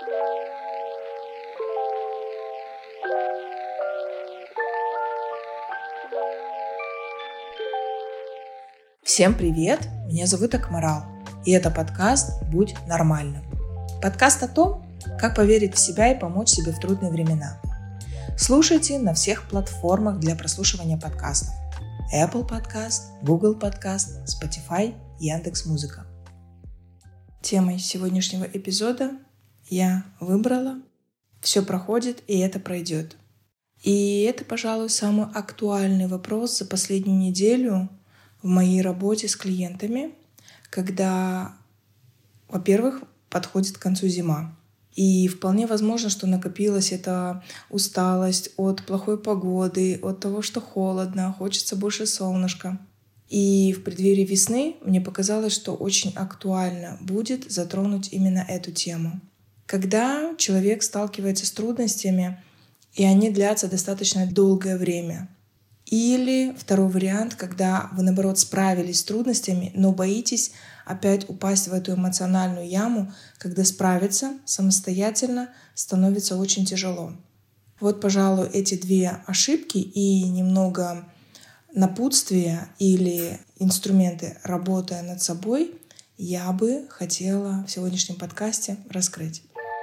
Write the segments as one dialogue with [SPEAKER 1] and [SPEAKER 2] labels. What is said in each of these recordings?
[SPEAKER 1] Всем привет! Меня зовут Акмарал, и это подкаст «Будь нормальным». Подкаст о том, как поверить в себя и помочь себе в трудные времена. Слушайте на всех платформах для прослушивания подкастов: Apple Podcast, Google Podcast, Spotify, Яндекс.Музыка. Темой сегодняшнего эпизода я выбрала «Все проходит, и это пройдет». И это, пожалуй, самый актуальный вопрос за последнюю неделю в моей работе с клиентами, когда, во-первых, подходит к концу зима. И вполне возможно, что накопилась эта усталость от плохой погоды, от того, что холодно, хочется больше солнышка. И в преддверии весны мне показалось, что очень актуально будет затронуть именно эту тему. Когда человек сталкивается с трудностями, и они длятся достаточно долгое время. Или второй вариант, когда вы, наоборот, справились с трудностями, но боитесь опять упасть в эту эмоциональную яму, когда справиться самостоятельно становится очень тяжело. Вот, пожалуй, эти две ошибки и немного напутствия или инструменты, работая над собой, я бы хотела в сегодняшнем подкасте раскрыть.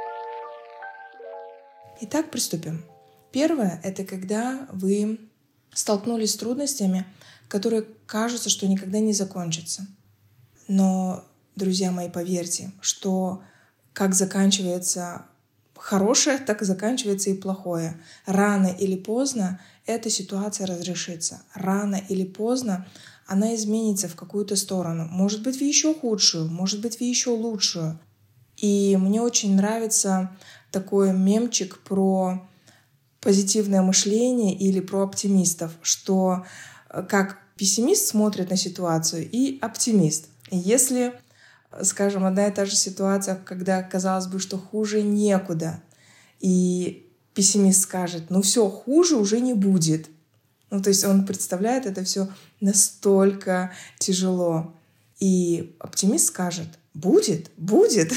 [SPEAKER 1] Итак, приступим. Первое — это когда вы столкнулись с трудностями, которые кажутся, что никогда не закончатся. Но, друзья мои, поверьте, что как заканчивается хорошее, так и заканчивается и плохое. Рано или поздно эта ситуация разрешится. Рано или поздно она изменится в какую-то сторону. Может быть, в еще худшую, может быть, в еще лучшую. И мне очень нравится такой мемчик про позитивное мышление или про оптимистов, что как пессимист смотрит на ситуацию и оптимист. Если, скажем, одна и та же ситуация, когда казалось бы, что хуже некуда, и пессимист скажет: ну все, хуже уже не будет. То есть он представляет это все настолько тяжело. И оптимист скажет: будет, будет.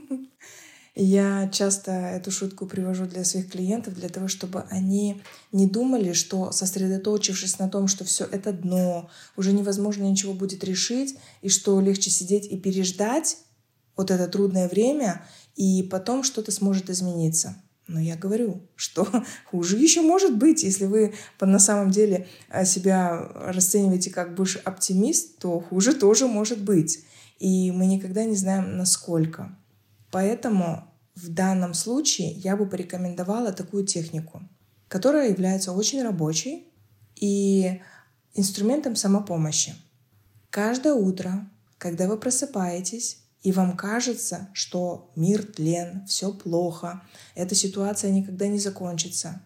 [SPEAKER 1] Я часто эту шутку привожу для своих клиентов, для того, чтобы они не думали, что, сосредоточившись на том, что все это дно, уже невозможно ничего будет решить, и что легче сидеть и переждать вот это трудное время, и потом что-то сможет измениться. Но я говорю, что хуже еще может быть. Если вы на самом деле себя расцениваете как больше оптимист, то хуже тоже может быть. И мы никогда не знаем, насколько. Поэтому в данном случае я бы порекомендовала такую технику, которая является очень рабочей и инструментом самопомощи. Каждое утро, когда вы просыпаетесь, и вам кажется, что мир тлен, все плохо, эта ситуация никогда не закончится,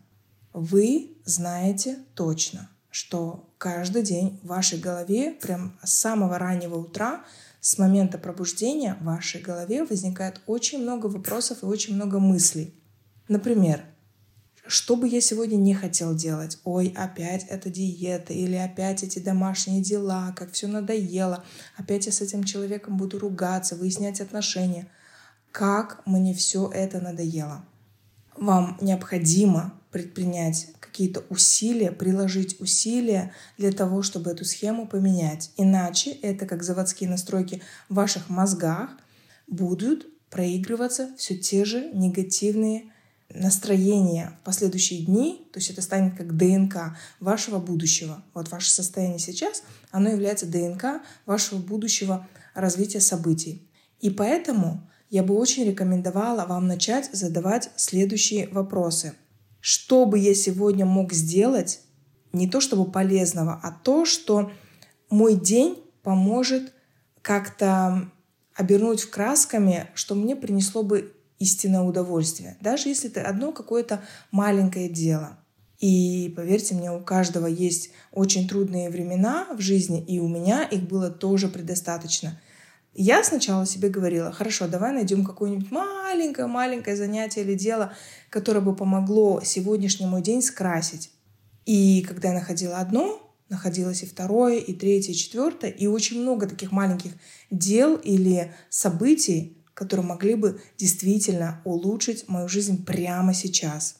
[SPEAKER 1] вы знаете точно, что каждый день в вашей голове, прям с самого раннего утра, с момента пробуждения в вашей голове возникает очень много вопросов и очень много мыслей. Например, что бы я сегодня не хотел делать? Ой, опять эта диета, или опять эти домашние дела, как все надоело, опять я с этим человеком буду ругаться, выяснять отношения. Как мне все это надоело? Вам необходимо предпринять какие-то усилия, приложить усилия для того, чтобы эту схему поменять. Иначе это, как заводские настройки в ваших мозгах, будут проигрываться все те же негативные настроения в последующие дни. То есть это станет как ДНК вашего будущего. Вот ваше состояние сейчас, оно является ДНК вашего будущего развития событий. И поэтому я бы очень рекомендовала вам начать задавать следующие вопросы. Что бы я сегодня мог сделать, не то чтобы полезного, а то, что мой день поможет как-то обернуть красками, что мне принесло бы истинное удовольствие. Даже если это одно какое-то маленькое дело. И поверьте мне, у каждого есть очень трудные времена в жизни, и у меня их было тоже предостаточно. Я сначала себе говорила: хорошо, давай найдем какое-нибудь маленькое занятие или дело, которое бы помогло сегодняшний мой день скрасить. И когда я находила одно, находилось и второе, и третье, и четвертое, и очень много таких маленьких дел или событий, которые могли бы действительно улучшить мою жизнь прямо сейчас.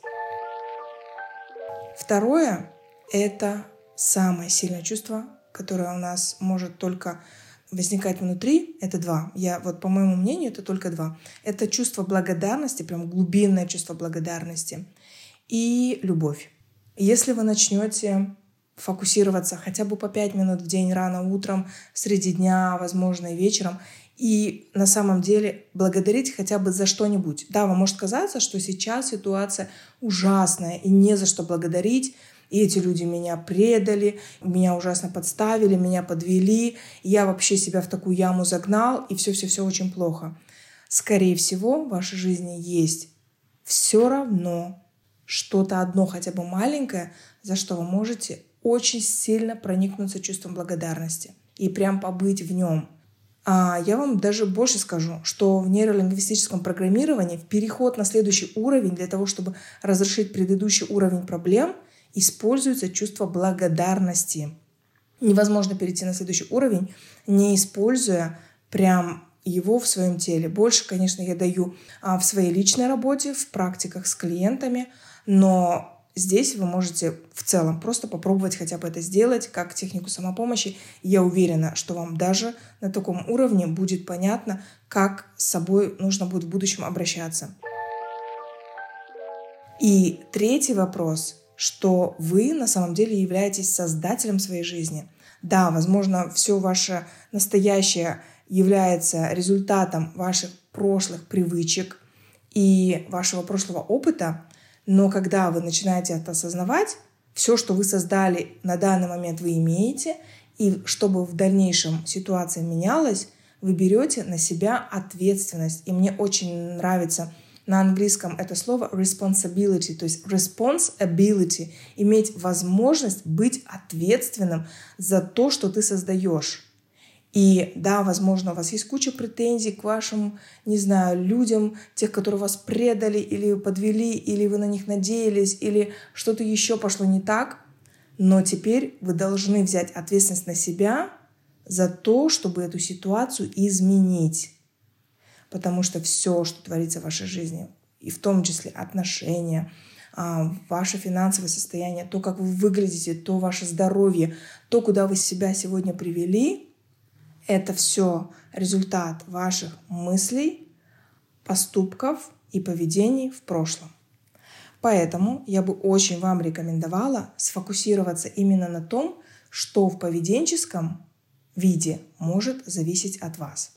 [SPEAKER 1] Второе — это самое сильное чувство, которое у нас может только возникать внутри. Это два. По моему мнению, это только два. Это чувство благодарности, прям глубинное чувство благодарности и любовь. Если вы начнете фокусироваться хотя бы по 5 минут в день, рано утром, среди дня, возможно, и вечером, и на самом деле благодарить хотя бы за что-нибудь. Да, вам может казаться, что сейчас ситуация ужасная и не за что благодарить, и эти люди меня предали, меня ужасно подставили, меня подвели, и я вообще себя в такую яму загнал, и все-все-все очень плохо. Скорее всего, в вашей жизни есть все равно что-то одно, хотя бы маленькое, за что вы можете очень сильно проникнуться чувством благодарности и прям побыть в нем. Я вам даже больше скажу, что в нейролингвистическом программировании в переход на следующий уровень для того, чтобы разрешить предыдущий уровень проблем, используется чувство благодарности. Невозможно перейти на следующий уровень, не используя прям его в своем теле. Больше, конечно, я даю в своей личной работе, в практиках с клиентами, но здесь вы можете в целом просто попробовать хотя бы это сделать как технику самопомощи. Я уверена, что вам даже на таком уровне будет понятно, как с собой нужно будет в будущем обращаться. И третий вопрос, что вы на самом деле являетесь создателем своей жизни. Да, возможно, все ваше настоящее является результатом ваших прошлых привычек и вашего прошлого опыта, но когда вы начинаете это осознавать, все, что вы создали на данный момент, вы имеете, и чтобы в дальнейшем ситуация менялась, вы берете на себя ответственность. И мне очень нравится на английском это слово responsibility, то есть responsibility, иметь возможность быть ответственным за то, что ты создаешь. И да, возможно, у вас есть куча претензий к вашим, не знаю, людям, тех, которые вас предали или подвели, или вы на них надеялись, или что-то еще пошло не так. Но теперь вы должны взять ответственность на себя за то, чтобы эту ситуацию изменить. Потому что все, что творится в вашей жизни, и в том числе отношения, ваше финансовое состояние, то, как вы выглядите, то ваше здоровье, то, куда вы себя сегодня привели, это все результат ваших мыслей, поступков и поведений в прошлом. Поэтому я бы очень вам рекомендовала сфокусироваться именно на том, что в поведенческом виде может зависеть от вас.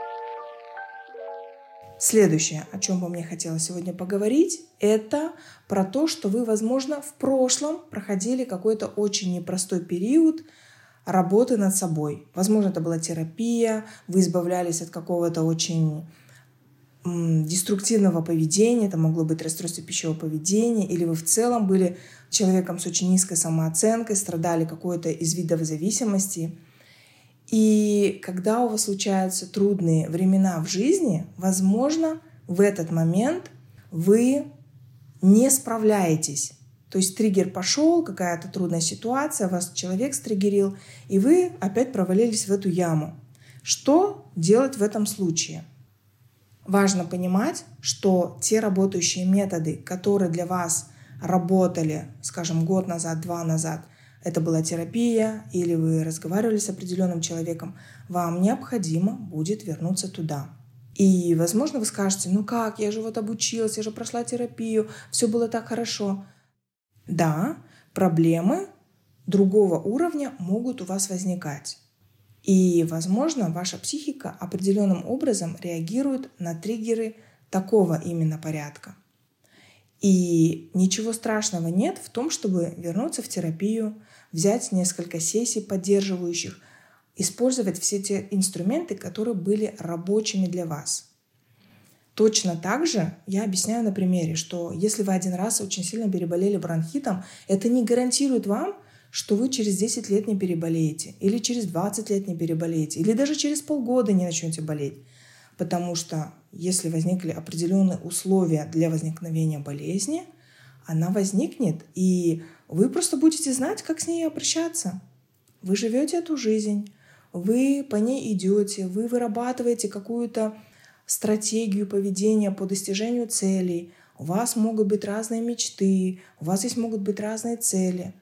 [SPEAKER 1] Следующее, о чем бы мне хотелось сегодня поговорить, это про то, что вы, возможно, в прошлом проходили какой-то очень непростой период работы над собой. Возможно, это была терапия, вы избавлялись от какого-то очень деструктивного поведения, это могло быть расстройство пищевого поведения, или вы в целом были человеком с очень низкой самооценкой, страдали какой-то из видов зависимости. И когда у вас случаются трудные времена в жизни, возможно, в этот момент вы не справляетесь. То есть триггер пошел, какая-то трудная ситуация, вас человек стриггерил, и вы опять провалились в эту яму. Что делать в этом случае? Важно понимать, что те работающие методы, которые для вас работали, скажем, год назад, 2 назад, это была терапия, или вы разговаривали с определенным человеком, вам необходимо будет вернуться туда. И, возможно, вы скажете, ну как, я же вот обучилась, я же прошла терапию, все было так хорошо. Да, проблемы другого уровня могут у вас возникать. И, возможно, ваша психика определенным образом реагирует на триггеры такого именно порядка. И ничего страшного нет в том, чтобы вернуться в терапию, взять несколько сессий поддерживающих, использовать все те инструменты, которые были рабочими для вас. Точно так же я объясняю на примере, что если вы один раз очень сильно переболели бронхитом, это не гарантирует вам, что вы через 10 лет не переболеете, или через 20 лет не переболеете, или даже через полгода не начнете болеть. Потому что если возникли определенные условия для возникновения болезни, она возникнет, и вы просто будете знать, как с ней обращаться. Вы живете эту жизнь, вы по ней идете, вы вырабатываете какую-то стратегию поведения по достижению целей, у вас могут быть разные мечты, у вас здесь могут быть разные цели.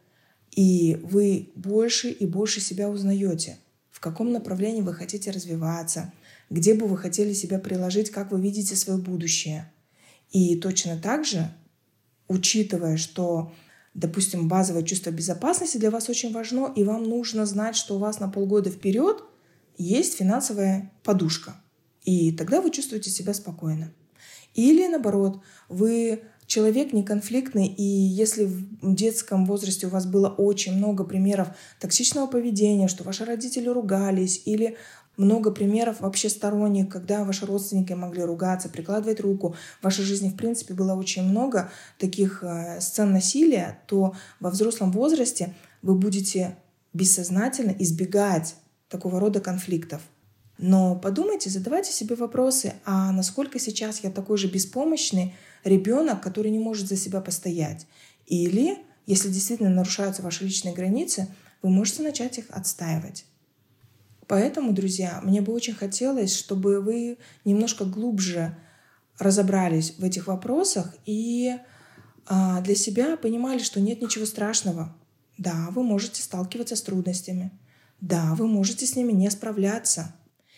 [SPEAKER 1] И вы больше и больше себя узнаете, в каком направлении вы хотите развиваться, где бы вы хотели себя приложить, как вы видите свое будущее. И точно так же, учитывая, что, допустим, базовое чувство безопасности для вас очень важно, и вам нужно знать, что у вас на полгода вперед есть финансовая подушка. И тогда вы чувствуете себя спокойно. Или наоборот, вы человек неконфликтный, и если в детском возрасте у вас было очень много примеров токсичного поведения, что ваши родители ругались, или много примеров вообще сторонних, когда ваши родственники могли ругаться, прикладывать руку, в вашей жизни в принципе было очень много таких сцен насилия, то во взрослом возрасте вы будете бессознательно избегать такого рода конфликтов. Но подумайте, задавайте себе вопросы, а насколько сейчас я такой же беспомощный ребенок, который не может за себя постоять? Или, если действительно нарушаются ваши личные границы, вы можете начать их отстаивать. Поэтому, друзья, мне бы очень хотелось, чтобы вы немножко глубже разобрались в этих вопросах и для себя понимали, что нет ничего страшного. Да, вы можете сталкиваться с трудностями. Да, вы можете с ними не справляться.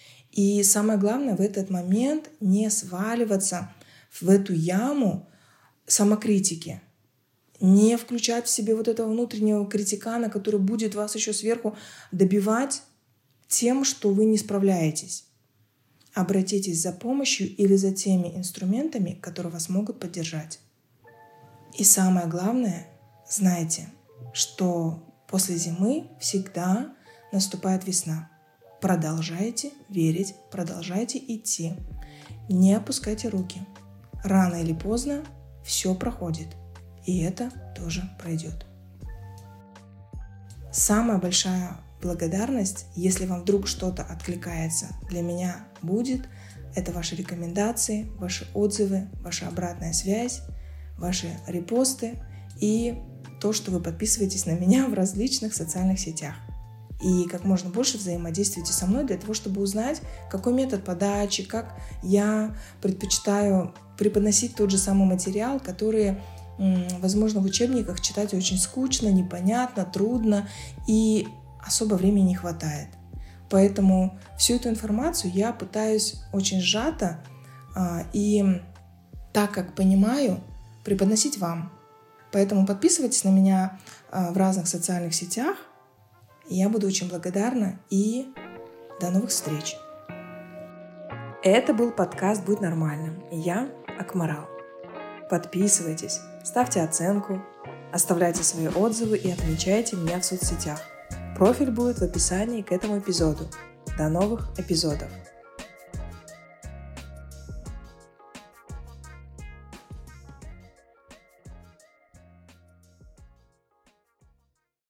[SPEAKER 1] И самое главное в этот момент не сваливаться в эту яму самокритики. Не включать в себе вот этого внутреннего критикана, который будет вас еще сверху добивать тем, что вы не справляетесь. Обратитесь за помощью или за теми инструментами, которые вас могут поддержать. И самое главное, знайте, что после зимы всегда наступает весна. Продолжайте верить, продолжайте идти. Не опускайте руки. Рано или поздно все проходит. И это тоже пройдет. Самая большая благодарность, если вам вдруг что-то откликается, для меня будет, это ваши рекомендации, ваши отзывы, ваша обратная связь, ваши репосты и то, что вы подписываетесь на меня в различных социальных сетях. И как можно больше взаимодействуйте со мной для того, чтобы узнать, какой метод подачи, как я предпочитаю преподносить тот же самый материал, который, возможно, в учебниках читать очень скучно, непонятно, трудно и особо времени не хватает. Поэтому всю эту информацию я пытаюсь очень сжато и так, как понимаю, преподносить вам. Поэтому подписывайтесь на меня в разных социальных сетях. Я буду очень благодарна и до новых встреч. Это был подкаст «Будь нормальным». И я Акмарал. Подписывайтесь, ставьте оценку, оставляйте свои отзывы и отмечайте меня в соцсетях. Профиль будет в описании к этому эпизоду. До новых эпизодов!